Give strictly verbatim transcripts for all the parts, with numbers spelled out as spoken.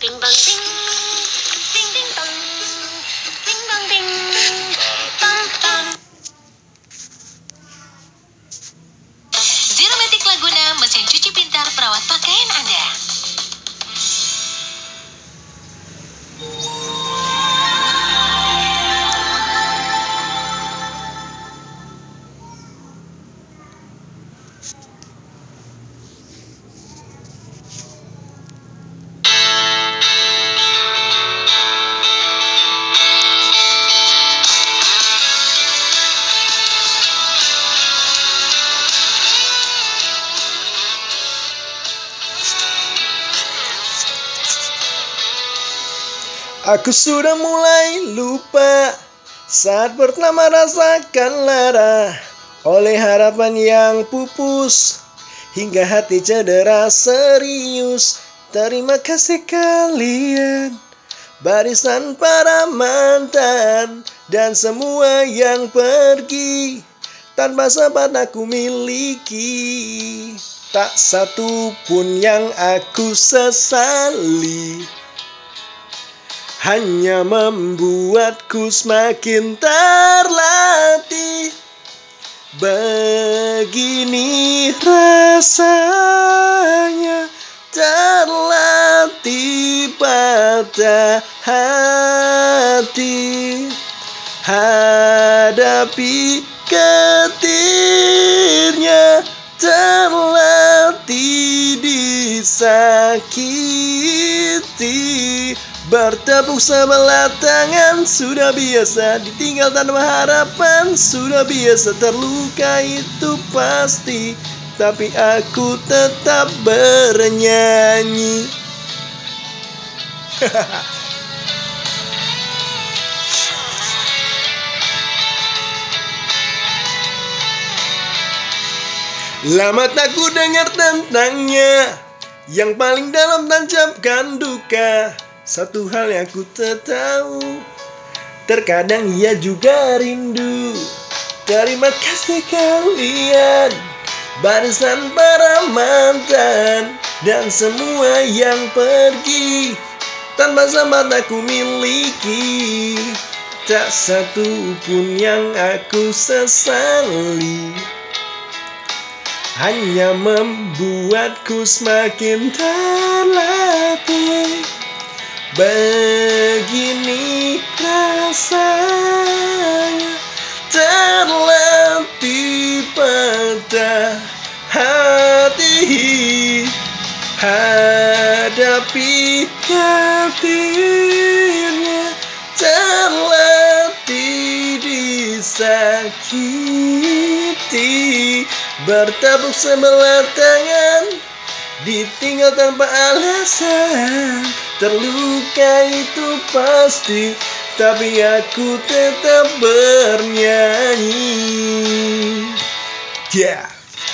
Ting bang ting, ting ting tong, ting bang ting, tam tam. Zeromatic Laguna, mesin cuci pintar perawat pakaian Anda. Aku sudah mulai lupa saat pertama rasakan lara oleh harapan yang pupus hingga hati cedera serius. Terima kasih kalian, barisan para mantan dan semua yang pergi tanpa sempat aku miliki. Tak satu pun yang aku sesali, hanya membuatku semakin terlatih. Begini rasanya terlatih patah hati, hadapi getirnya terlatih disakiti. Bertepuk sebelah tangan sudah biasa, ditinggal tanpa harapan sudah biasa, terluka itu pasti, tapi aku tetap bernyanyi. Lama tak ku dengar tentangnya, yang paling dalam tancapkan duka. Satu hal yang ku tahu, terkadang ia juga rindu. Terima kasih kalian, barisan para mantan dan semua yang pergi tanpa sempat aku miliki. Tak satu pun yang aku sesali, hanya membuatku semakin terlatih. Begini rasanya terlatih patah hati, hadapi getirnya terlatih disakiti. Bertepuk sebelah tangan, ditinggal tanpa alasan, terluka itu pasti, tapi aku tetap bernyanyi. Yeah.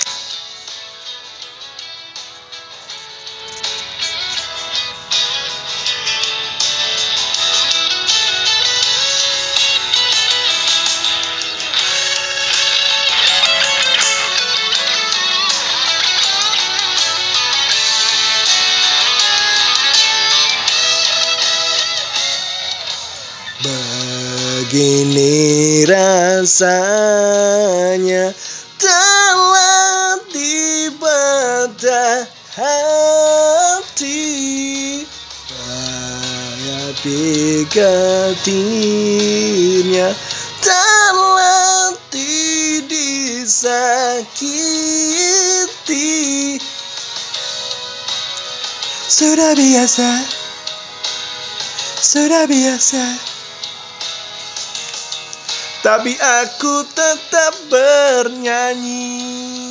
Begini rasanya terlatih patah hati, hadapi getirnya terlatih disakiti. Sudah biasa, sudah biasa, tapi aku tetap bernyanyi.